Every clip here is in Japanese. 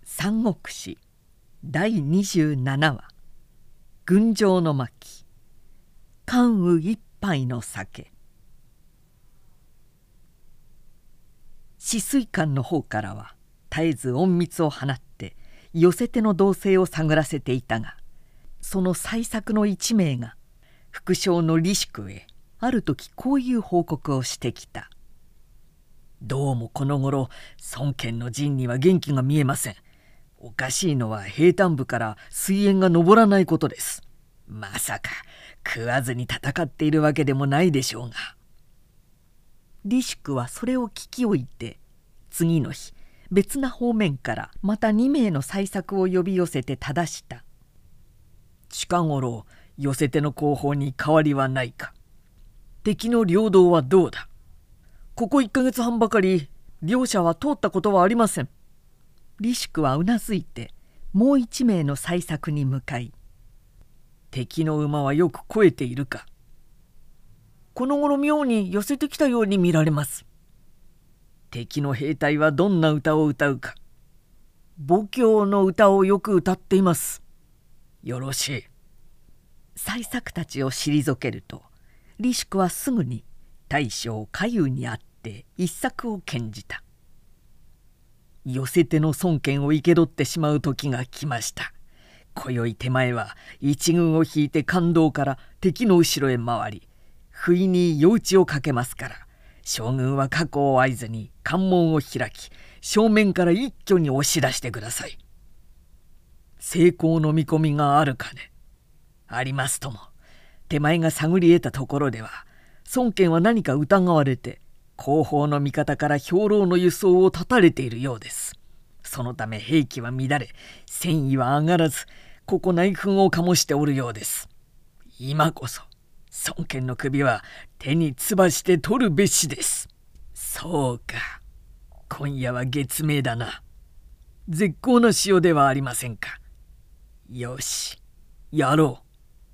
三国志第27話群青の巻関羽一杯の酒。止水館の方からは絶えず隠密を放って寄せ手の動静を探らせていたが、その才作の一名が副将の李宿へある時こういう報告をしてきた。どうもこの頃孫権の陣には元気が見えません。おかしいのは平坦部から水煙が上らないことです。まさか食わずに戦っているわけでもないでしょうが。李宿はそれを聞きおいて、次の日別な方面からまた2名の才作を呼び寄せて正した。近頃寄せ手の後方に変わりはないか。敵の領土はどうだ。ここ1ヶ月半ばかり両者は通ったことはありません。李宿はうなずいてもう1名の才作に向かい、敵の馬はよく肥えているか。この頃妙に寄せてきたように見られます。敵の兵隊はどんな歌を歌うか。母教の歌をよく歌っています。よろしい。才作たちを退けると、李宿はすぐに大将関羽に会って一策を献じた。寄せ手の孫権を生け捕ってしまう時が来ました。今宵手前は一軍を引いて関道から敵の後ろへ回り、不意に夜討ちをかけますから、将軍は過去を合図に関門を開き、正面から一挙に押し出してください。成功の見込みがあるかね。ありますとも、手前が探り得たところでは、孫権は何か疑われて後方の味方から兵糧の輸送を断たれているようです。そのため兵器は乱れ、戦意は上がらず、ここ内紛を醸しておるようです。今こそ孫権の首は手につばして取るべしです。そうか、今夜は月明だな。絶好の潮ではありませんか。よし、やろう。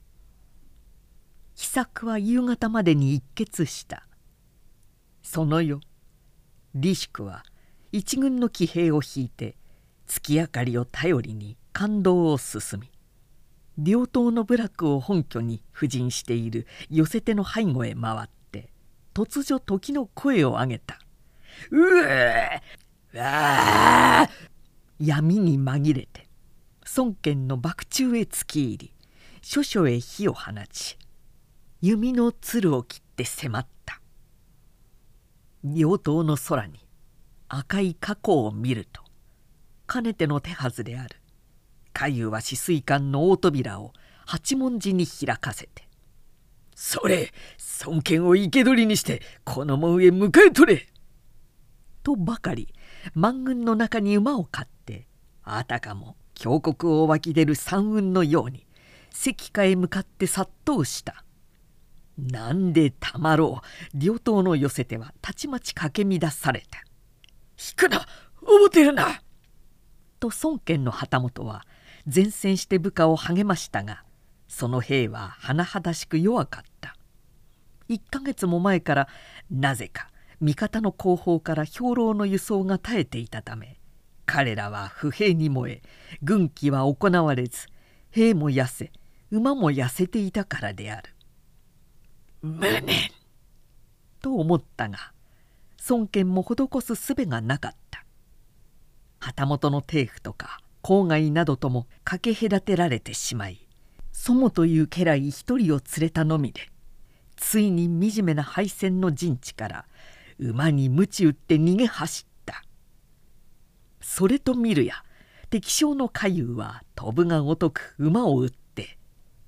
秘策は夕方までに一決した。その夜、李宿は一軍の騎兵を引いて月明かりを頼りに関道を進み、両党の部落を本拠に布陣している寄せ手の背後へ回って突如時の声を上げた。うえあ闇に紛れて孫権の幕中へ突き入り、諸々へ火を放ち、弓の弦を切って迫った。両党の空に赤い火光を見ると、かねての手はずである関羽は止水館の大扉を八文字に開かせて、それ孫権を生け捕りにしてこの門へ迎え取れとばかり万軍の中に馬を飼って、あたかも強国を湧き出る山雲のように関下へ向かって殺到した。なんでたまろう、両党の寄せ手はたちまち駆け乱された。引くな、思てるなと孫権の旗本は前線して部下を励ましたが、その兵は甚だしく弱かった。1ヶ月も前からなぜか味方の後方から兵糧の輸送が絶えていたため、彼らは不平に燃え、軍紀は行われず、兵も痩せ馬も痩せていたからである。無念と思ったが、孫権も施す術がなかった。旗本の邸府とか郊外などともかけ隔てられてしまい、祖という家来一人を連れたのみで、ついに惨めな敗戦の陣地から馬に鞭打って逃げ走った。それと見るや敵将の関羽は飛ぶがごとく馬を打って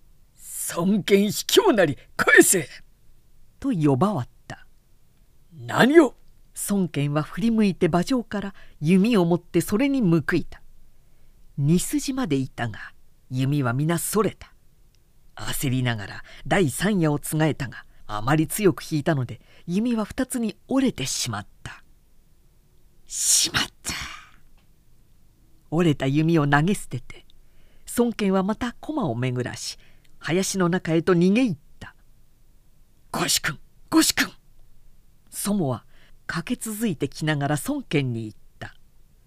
「孫権卑怯なり返せ!」と呼ばわった。何を。孫権は振り向いて馬上から弓を持ってそれに報いた。2筋までいたが弓は皆それた。焦りながら第三矢をつがえたが、あまり強く引いたので弓は2つに折れてしまった。しまった。折れた弓を投げ捨てて孫権はまた駒を巡らし林の中へと逃げ入った。ご主君、ご主君。祖母は駆け続いてきながら孫権に言った。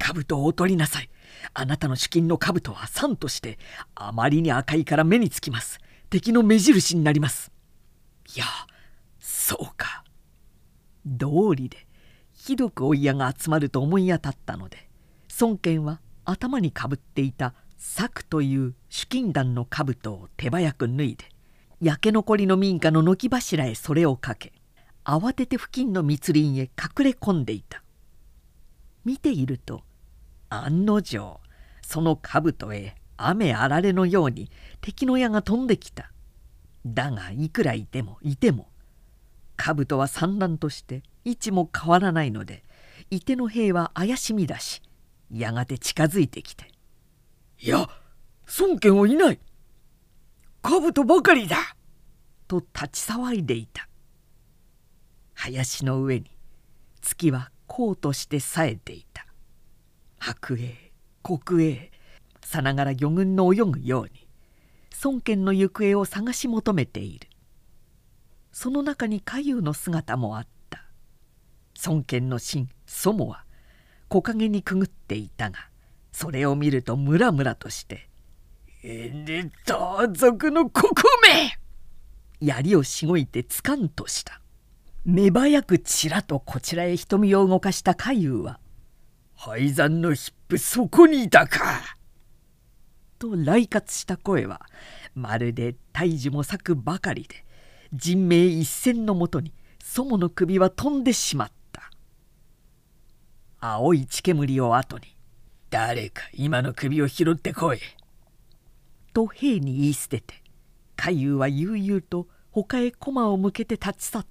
兜をお取りなさい。あなたの主金の兜は酸としてあまりに赤いから目につきます。敵の目印になります。いや、そうか。道理でひどくお嫌が集まると思い当たったので、孫権は頭にかぶっていた策という主金団の兜を手早く脱いで、焼け残りの民家の軒柱へそれをかけ、慌てて付近の密林へ隠れ込んでいた。見ていると案の定その兜へ雨あられのように敵の矢が飛んできた。だがいくらいても兜は散乱として位置も変わらないので、いての兵は怪しみだし、やがて近づいてきて「いや、孫権はいない、兜ばかりだ!」と立ち騒いでいた。林の上に月はこうとして冴えていた。白営黒営さながら魚群の泳ぐように孫権の行方を探し求めている。その中に嘉佑の姿もあった。孫権の親祖母は木陰にくぐっていたが、それを見るとムラムラとして「盗賊の国名!」槍をしごいてつかんとした。目早くちらとこちらへ瞳を動かした嘉佑は「廃山のヒップそこにいたか!」と来喝した声はまるで大樹も咲くばかりで、人命一線のもとに祖母の首は飛んでしまった。青い血煙を後に「誰か今の首を拾ってこい」と兵に言い捨てて、嘉佑は悠々と他へ駒を向けて立ち去った。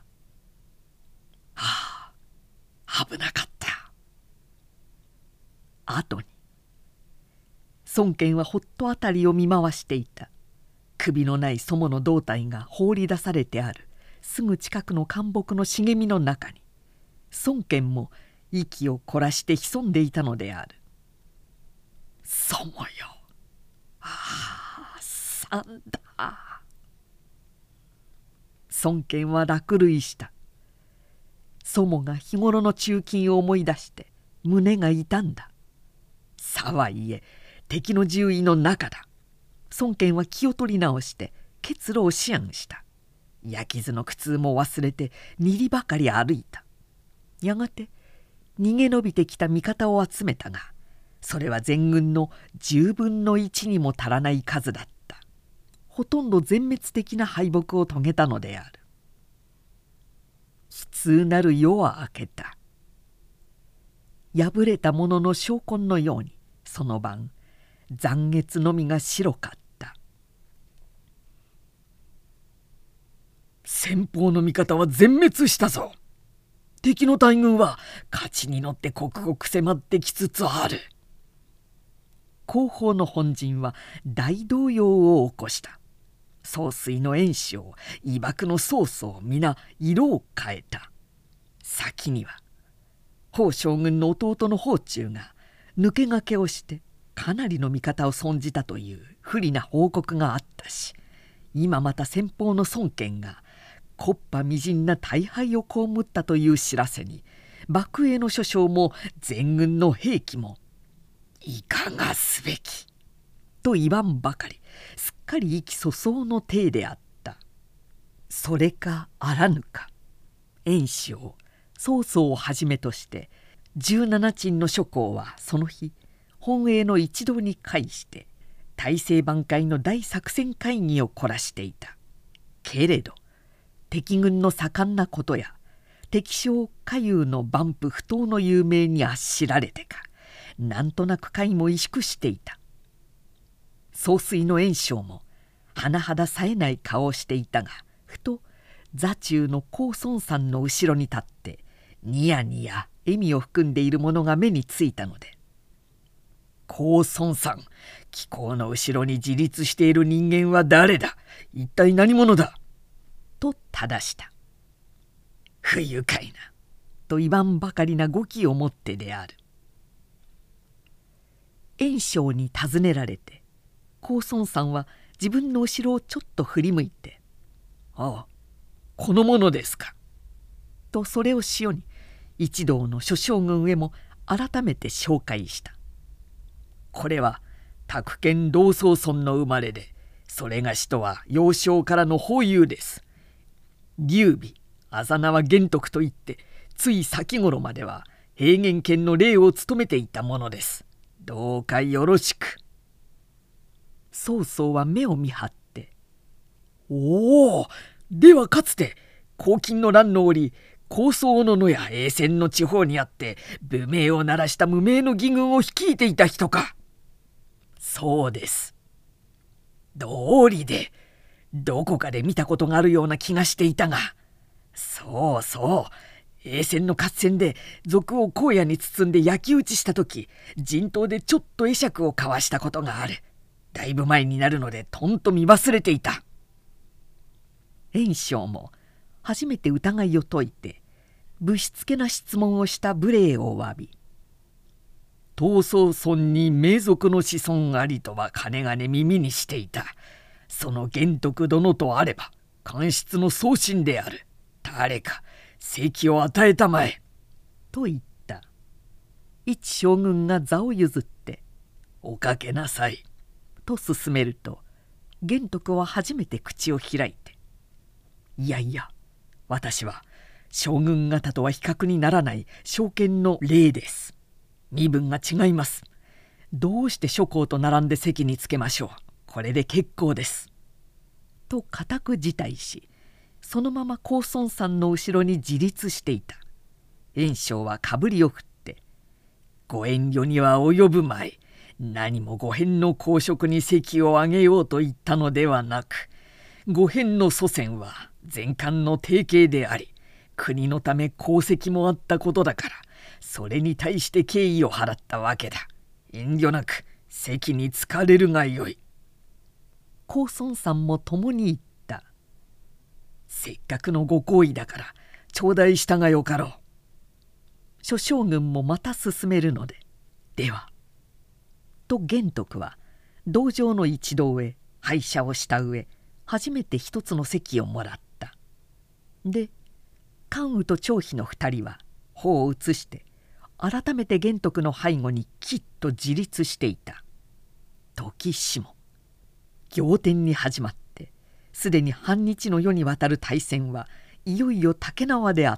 はあ、危なかった。後に孫権はほっと辺りを見回していた。首のない祖母の胴体が放り出されてあるすぐ近くの灌木の茂みの中に、孫権も息を凝らして潜んでいたのである。祖母よ、ああさんだ。孫権は落涙した。祖母が日頃の忠勤を思い出して胸が痛んだ。さはいえ敵の獣医の中だ。孫権は気を取り直して結露を思案した。焼き傷の苦痛も忘れて2里ばかり歩いた。やがて逃げ延びてきた味方を集めたが、それは全軍の10分の1にも足らない数だった。ほとんど全滅的な敗北を遂げたのである。悲痛なる夜は明けた。破れたものの証拠のようにその晩残月のみが白かった。先方の味方は全滅したぞ。敵の大軍は勝ちに乗って刻々迫ってきつつある。後方の本陣は大動揺を起こした。総帥の袁紹、伊爆の曹操、皆色を変えた。先には宝将軍の弟の宝忠が抜け駆けをしてかなりの味方を損じたという不利な報告があったし、今また先方の孫権が木っ端みじんな大敗を被ったという知らせに、幕営の諸将も全軍の兵器も「いかがすべき」と言わんばかり、すっかり意気粗相の体であった。それかあらぬか、袁紹、曹操をはじめとして17鎮の諸侯はその日本営の一同に会して大政挽回の大作戦会議を凝らしていた。けれど敵軍の盛んなことや敵将嘉佑の蛮不不当の有名にあっしられてか、なんとなく会も萎縮していた。総帥の袁紹も甚だ冴えない顔をしていたが、ふと座中の公孫さんの後ろに立ってニヤニヤ笑みを含んでいるものが目についたので「公孫さん、貴公の後ろに自立している人間は誰だ？一体何者だ？」と正した。不愉快なと言わんばかりな語気をもってである。袁紹に尋ねられて公孫さんは自分の後ろをちょっと振り向いて「ああ、この者ですか」とそれをしよに一同の諸将軍へも改めて紹介した。これは宅建同宗村の生まれで、それがしとは幼少からの法友です。劉備、あざ名は玄徳といって、つい先頃までは平原県の令を務めていたものです。どうかよろしく。曹操は目を見張って、おお、ではかつて黄巾の乱の折、高宗の野や栄泉の地方にあって武名を鳴らした無名の義軍を率いていた人か。そうです。道理でどこかで見たことがあるような気がしていたが、そうそう、栄泉の合戦で賊を荒野に包んで焼き討ちした時、陣頭でちょっと会釈を交わしたことがある。だいぶ前になるのでとんと見忘れていた。袁紹も初めて疑いを解いてぶしつけな質問をした無礼を詫び、東宗村に名族の子孫ありとはかねがね耳にしていた。その玄徳殿とあれば官室の宗親である。誰か席を与えたまえ。と言った。一将軍が座を譲って「おかけなさい」と勧めると、玄徳は初めて口を開いて「いやいや、私は将軍方とは比較にならない正犬の霊です。身分が違います。どうして諸公と並んで席につけましょう。これで結構です」と固く辞退し、そのまま高孫さんの後ろに自立していた。袁紹はかぶりを振って「ご遠慮には及ぶまい。何もご偏の公職に席を上げようと言ったのではなく、ご偏の祖先は前漢の定型であり、国のため功績もあったことだから、それに対して敬意を払ったわけだ。遠慮なく席に着かれるがよい。」高孫さんも共に言った。「せっかくのご好意だから頂戴したがよかろう。」諸将軍もまた進めるので「では」と玄徳は道場の一同へ拝謝をした上、初めて一つの席をもらった。で関羽と張飛の2人は歩を移して改めて玄徳の背後にきっと自立していた。時しも仰天に始まってすでに半日の世にわたる大戦はいよいよ竹縄であった。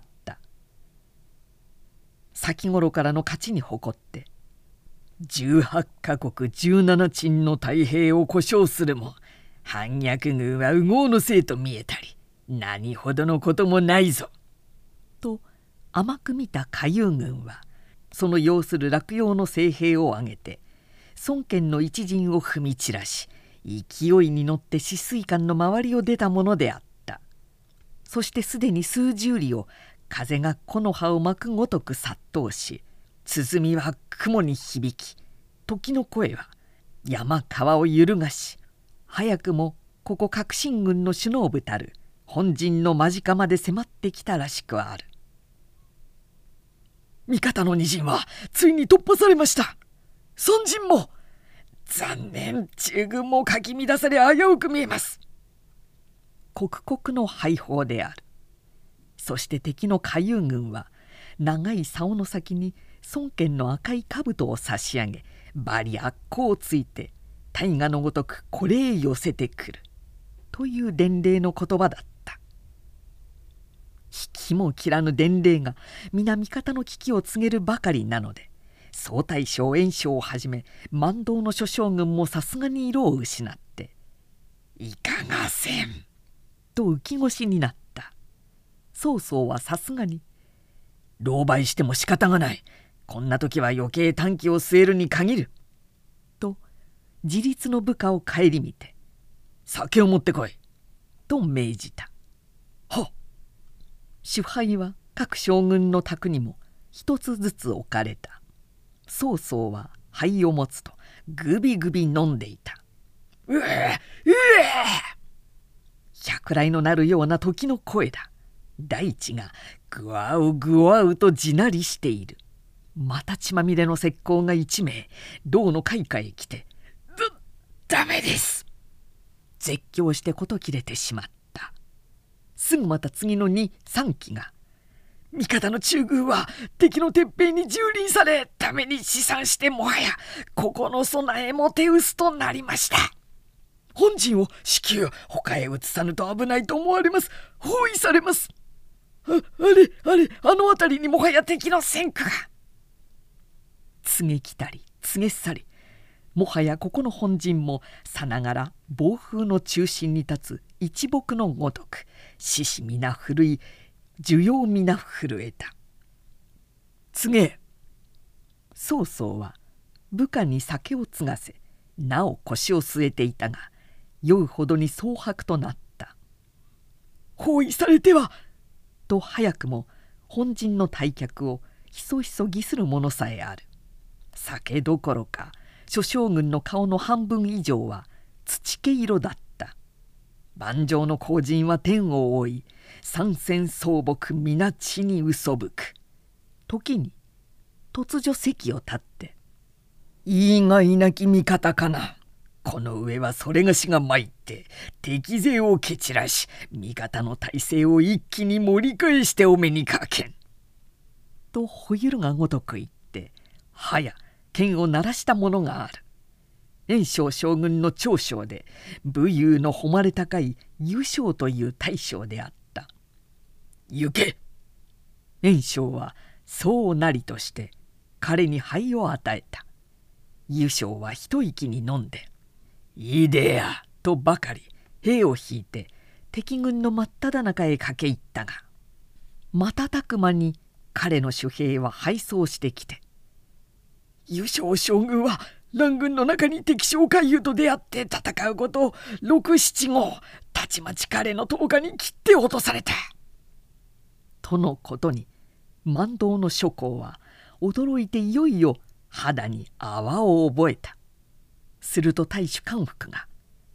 先頃からの勝ちに誇って18カ国17鎮の太平を呼称するも、反逆軍は右往のせいと見えたり、何ほどのこともないぞ。と甘く見た下遊軍は、その要する落葉の精兵を挙げて孫権の一陣を踏み散らし、勢いに乗って止水館の周りを出たものであった。そしてすでに数十里を風が木の葉を巻くごとく殺到し、鼓は雲に響き、時の声は山川を揺るがし、早くもここ革新軍の首脳部たる本陣の間近まで迫ってきたらしくある。味方の二陣はついに突破されました。孫陣も残念、中軍もかき乱され危うく見えます。刻々の敗砲である。そして敵の下遊軍は長い竿の先に孫権の赤い兜を差し上げ、バリ悪行をついて大河のごとくこれへ寄せてくるという伝令の言葉だった。引きも切らぬ伝令が皆味方の危機を告げるばかりなので、総大将袁紹をはじめ万道の諸将軍もさすがに色を失って「いかがせん」と浮き腰になった。曹操はさすがに「狼狽しても仕方がない。こんな時は余計短気を据えるに限る」と自立の部下を顧みて「酒を持ってこい」と命じた。はっ。酒杯は各将軍の宅にも一つずつ置かれた。曹操は杯を持つとグビグビ飲んでいた。うえうえ、百雷の鳴るような時の声だ。大地がぐわうぐわうと地鳴りしている。また血まみれの石膏が1名牢の開花へ来て「ダメです!」絶叫して事切れてしまった。すぐまた次の2、3機が「 味方の中宮は敵のてっぺんに蹂躙され、ために試算してもはやここの備えも手薄となりました。本陣を至急他へ移さぬと危ないと思われます。包囲されます。あの辺りにもはや敵の戦果が。 告げ来たり告げ去り、もはやここの本陣もさながら暴風の中心に立つ一木のごとく、獅子皆震い、樹葉皆震えた。 告げ。 曹操は部下に酒を継がせ、なお腰を据えていたが、酔うほどに蒼白となった。 包囲されてはと早くも本陣の退却をひそひそぎするものさえある。酒どころか諸将軍の顔の半分以上は土毛色だった。盤上の後陣は天を覆い、三千草木皆地にうそぶく。時に突如席を立って 「いいがいなき味方かな。この上はそれがしが参って敵勢を蹴散らし、味方の体勢を一気に盛り返してお目にかけん」 とほゆるがごとく言って、はや剣を鳴らしたものがある。袁紹将軍の長将で武勇の誉れ高い由将という大将であった。 行け。 袁紹はそうなりとして彼に灰を与えた。由将は一息に飲んで 「いいでや」 とばかり兵を引いて敵軍の真っ只中へ駆け入ったが、瞬く間に彼の守兵は敗走してきて、 由紹将軍は乱軍の中に敵将海遊と出会って戦うことを6、7号たちまち彼の10日に切って落とされた。 とのことに万道の諸侯は驚いていよいよ肌に泡を覚えた。すると大主関福が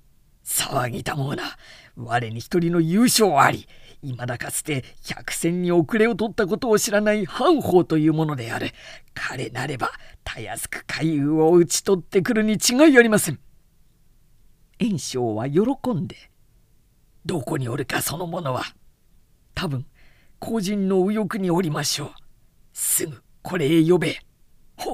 「騒ぎたもうな。我に一人の優勝あり。いまだかつて百戦に遅れを取ったことを知らない韓方というものである。彼なればたやすく海遊を討ち取ってくるに違いありません。」 袁紹は喜んで 「どこにおるかその者は。多分後陣の右翼におりましょう。すぐこれへ呼べ。ほっ」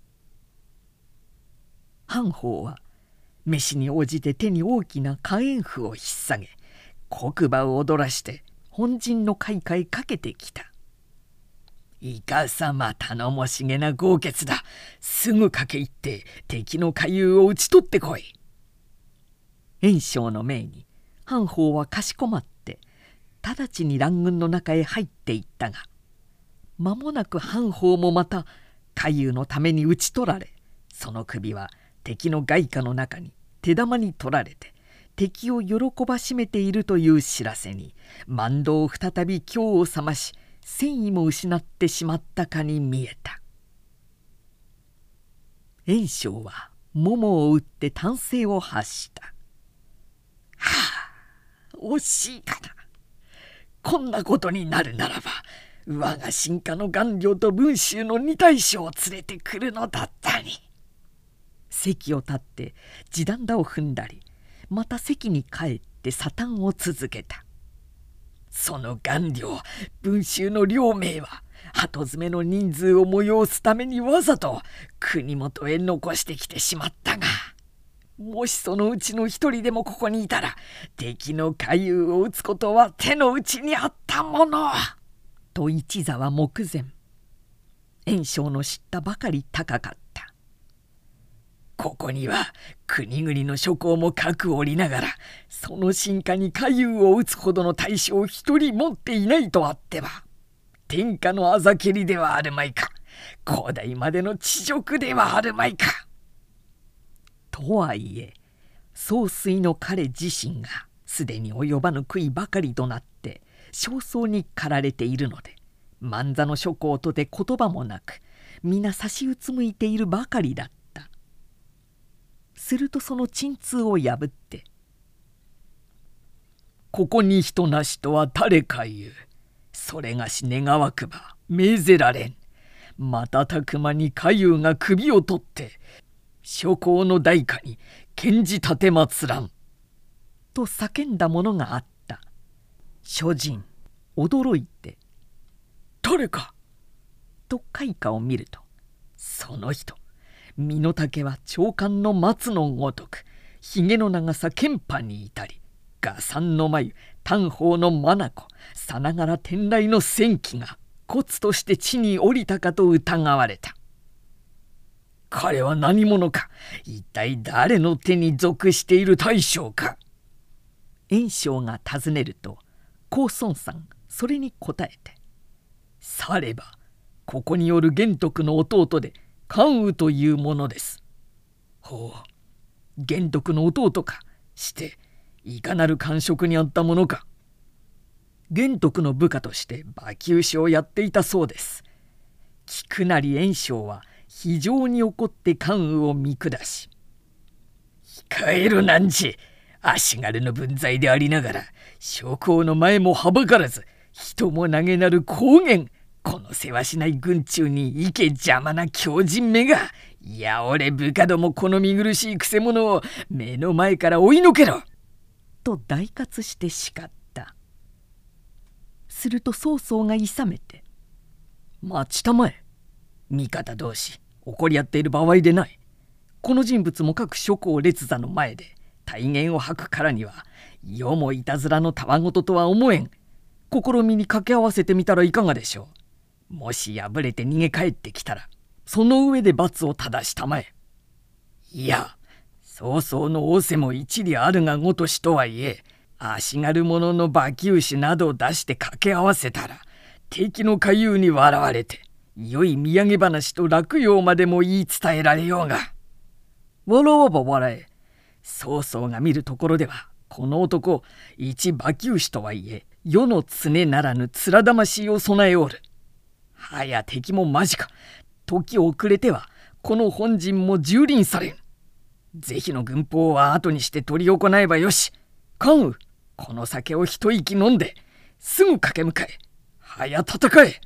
韓方は召しに応じて手に大きな火炎符を引っ提げ、黒馬を踊らして本陣の開花へかけてきた。 いかさま頼もしげな豪傑だ。すぐ駆け入って敵の海遊を討ち取ってこい。 袁紹の命に韓方はかしこまって直ちに乱軍の中へ入っていったが、間もなく韓方もまた海遊のために討ち取られ、その首は敵の外貨の中に手玉に取られて敵を喜ばしめているという知らせに、万道再び興を覚まし、戦意も失ってしまったかに見えた。袁紹は桃を打って嘆声を発した。 はあ、惜しいかな。こんなことになるならば、我が臣下の顔料と文州の二大将を連れてくるのだったに。 席を立って地団打を踏んだり、また席に帰って沙汰を続けた。 その顔料文州の両名は鳩詰めの人数を催すためにわざと国元へ残してきてしまったが、もしそのうちの一人でもここにいたら敵の海遊を討つことは手の内にあったもの。 と一座は目前。袁紹の知ったばかり高かった。 ここには国々の諸侯も各おりながら、その臣下に海遊を討つほどの大将を一人持っていないとあっては、天下のあざけりではあるまいか、広大までの恥辱ではあるまいか。 とはいえ総帥の彼自身がすでに及ばぬ悔いばかりとなって焦燥に駆られているので、万座の諸侯とて言葉もなく皆差しうつむいているばかりだった。するとその鎮痛を破って 「ここに人なしとは誰か言う。それがし願わくば命ぜられん。瞬く間に海遊が首を取って諸侯の代下に献じ立てまつらん」 と叫んだものがあった。諸人驚いて誰か。 と開花を見ると、その人、身の丈は長官の松のごとく、ひげの長さ剣波に至り、画山の眉、丹鳳の眼さながら天来の戦機が骨として地に降りたかと疑われた。 彼は何者か、一体誰の手に属している大将か。 袁紹が尋ねると、公孫さんそれに答えて、 さればここによる玄徳の弟で関羽というものです。ほう、玄徳の弟か。していかなる官職にあったものか。 玄徳の部下として馬厩士をやっていたそうです。聞くなり袁紹は非常に怒って関羽を見下し、 控えるなんじ、足軽の分際でありながら将校の前もはばからず、人も投げなる公言、このせわしない軍中にいけ邪魔な狂人めが、いや俺部下どもこの見苦しいくせ者を目の前から追いのけろと大喝して叱った。すると曹操がいさめて、 待ちたまえ。味方同士怒り合っている場合でない。この人物も各諸侯列座の前で大言を吐くからには、世もいたずらのたわごととは思えん。試みに掛け合わせてみたらいかがでしょう。もし敗れて逃げ帰ってきたら、その上で罰を正したまえ。いや、曹操の仰せも一理あるがごとしとはいえ、足軽者の馬厩士などを出して掛け合わせたら、敵の下遊に笑われて、良い土産話と落葉までも言い伝えられようが。笑わば笑え。曹操が見るところでは、この男、一馬厩士とはいえ、世の常ならぬ面魂を備えおる。はや敵も間近。時遅れてはこの本陣も蹂躙されん。是非の軍法は後にして執り行えばよし。関羽、この酒を一息飲んですぐ駆け向かえ。はや戦え。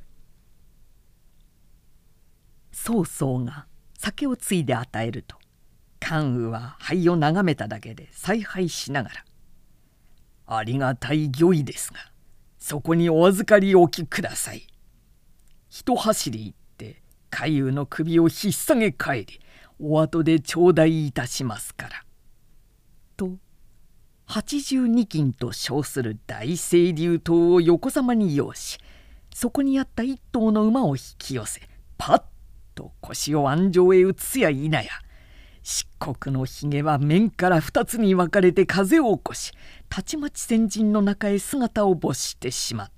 曹操が酒をついで与えると、関羽は杯を眺めただけで采配しながら、 ありがたい御意ですが、そこにお預かりおきください。一走り行って海羽の首を引っ提げ帰り、お後で頂戴いたしますから。 と82金と称する大清流刀を横さまに擁し、そこにあった一頭の馬を引き寄せ、パッと腰を安城へ移すや否や、漆黒のひげは面から二つに分かれて風を起こし、たちまち先陣の中へ姿を没してしまった。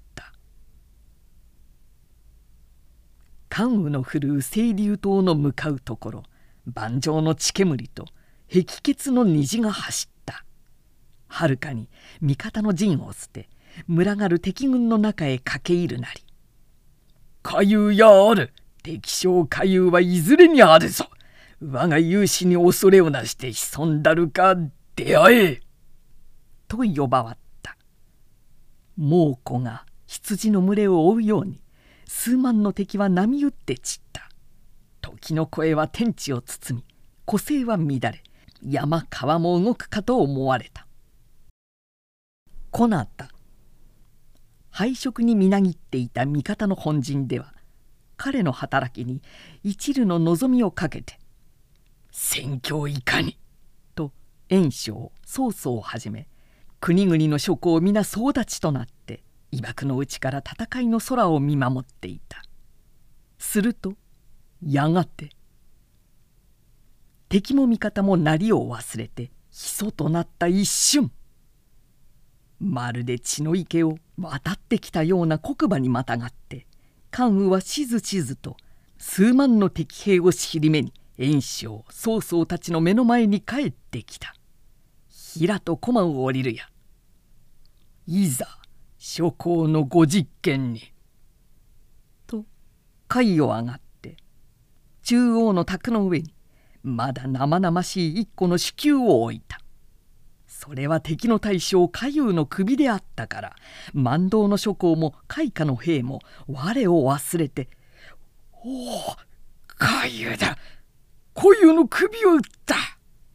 関羽の振るう清流刀の向かうところ、盤上の血煙と碧血の虹が走った。はるかに味方の陣を捨て、群がる敵軍の中へ駆け入るなり、 下遊やある。敵将下遊はいずれにあるぞ。我が勇士に恐れをなして潜んだるか出会え。 と呼ばわった。猛虎が羊の群れを追うように、数万の敵は波打って散った。時の声は天地を包み、個性は乱れ、山川も動くかと思われた。こなた敗色にみなぎっていた味方の本陣では、彼の働きに一縷の望みをかけて、 戦況いかにと袁紹、曹操をはじめ国々の諸侯皆総立ちとなって伊爆の内から戦いの空を見守っていた。するとやがて敵も味方もなりを忘れてひそとなった一瞬、まるで血の池を渡ってきたような国馬にまたがって関羽はしずしずと数万の敵兵を尻目に袁紹、曹操たちの目の前に帰ってきた。平と駒を降りるや。いざ諸侯のご実験に。と階を上がって中央の卓の上にまだ生々しい一個の首級を置いた。それは敵の大将下遊の首であったから、万道の諸侯も開花の兵も我を忘れて 「おお、下遊だ、小遊の首を打った!」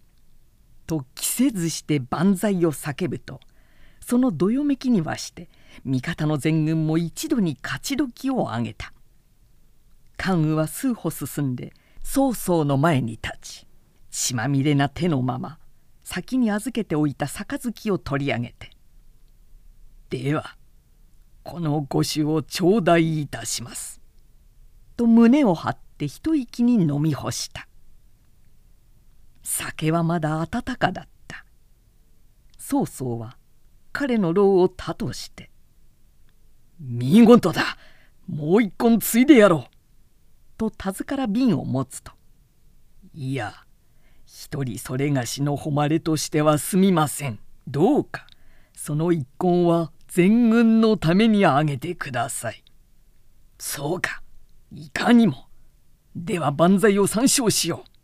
と着せずして万歳を叫ぶと、そのどよめきにはして味方の全軍も一度に勝ち時を上げた。関羽は数歩進んで曹操の前に立ち、血まみれな手のまま先に預けておいた杯を取り上げて「ではこの御酒を頂戴いたします」と胸を張って一息に飲み干した。酒はまだ温かだった。曹操は彼の労を他として「見事だ、もう一本ついでやろう」と手ずから瓶を持つと「いや、一人それがしの誉れとしてはすみません。どうかその一本は全軍のためにあげてください。」そうか、いかにも。では万歳を参照しよう。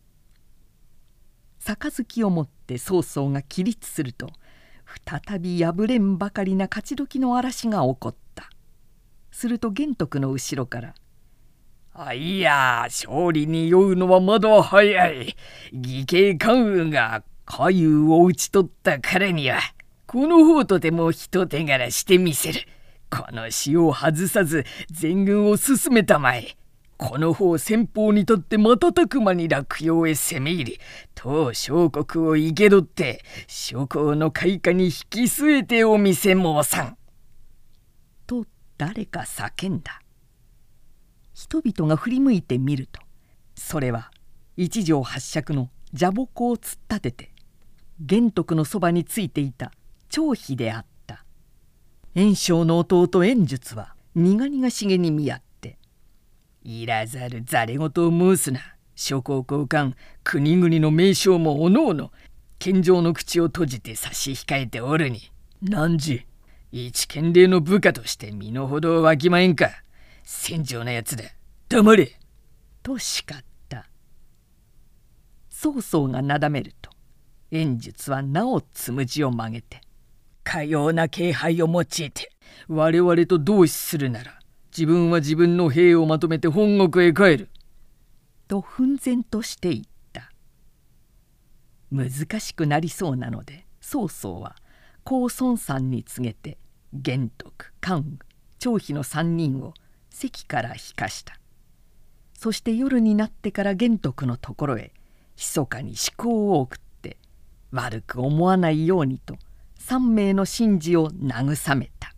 杯を持って曹操が起立すると、再び破れんばかりな勝ち時の嵐が起こった。すると玄徳の後ろから「いや、勝利に酔うのはまだ早い。義兄関羽が加勇を討ち取ったからにはこの方とても一手柄してみせる。この塩を外さず全軍を進めたまえ。この方先方に立って瞬く間に洛陽へ攻め入り、当小国を生け取って諸侯の開花に引き据えてお見せ申さん」と誰か叫んだ。人々が振り向いてみると、それは一条八尺の蛇鉾を突っ立てて玄徳のそばについていた張飛であった。袁紹の弟袁術は苦々しげに見合って「いらざるざれ言を申すな。諸侯交換国々の名称もおのおの献上の口を閉じて差し控えておるに、汝一県令の部下として身の程をわきまえんか。戦場なやつだ、黙れ」と叱った。曹操がなだめると、袁術はなおつむじを曲げて「かような気配を用いて我々と同志するなら、自分は自分の兵をまとめて本国へ帰る」と奮然として言った。難しくなりそうなので、曹操は公孫燦に告げて玄徳、関羽、張飛の3人を関から引かした。そして夜になってから玄徳のところへ密かに使行を送って、悪く思わないようにと3名の神事を慰めた。